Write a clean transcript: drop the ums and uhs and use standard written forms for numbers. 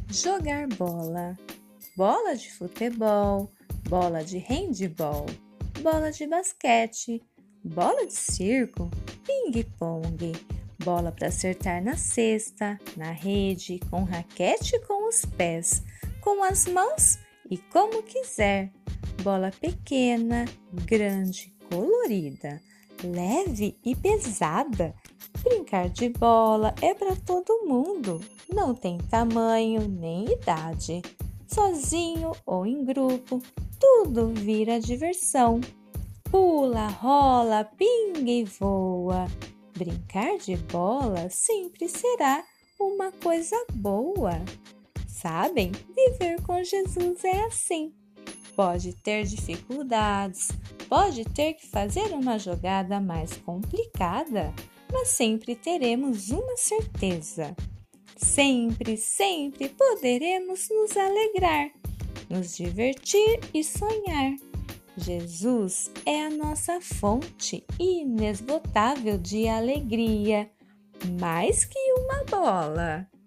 Jogar bola, bola de futebol, bola de handebol, bola de basquete, bola de circo, ping-pong, bola para acertar na cesta, na rede, com raquete com os pés, com as mãos e como quiser. Bola pequena, grande, colorida, leve e pesada. Brincar de bola é para todo mundo, não tem tamanho nem idade. Sozinho ou em grupo, tudo vira diversão. Pula, rola, pinga e voa. Brincar de bola sempre será uma coisa boa. Sabem, viver com Jesus é assim. Pode ter dificuldades, pode ter que fazer uma jogada mais complicada, mas sempre teremos uma certeza. Sempre, sempre poderemos nos alegrar, nos divertir e sonhar. Jesus é a nossa fonte inesgotável de alegria, mais que uma bola.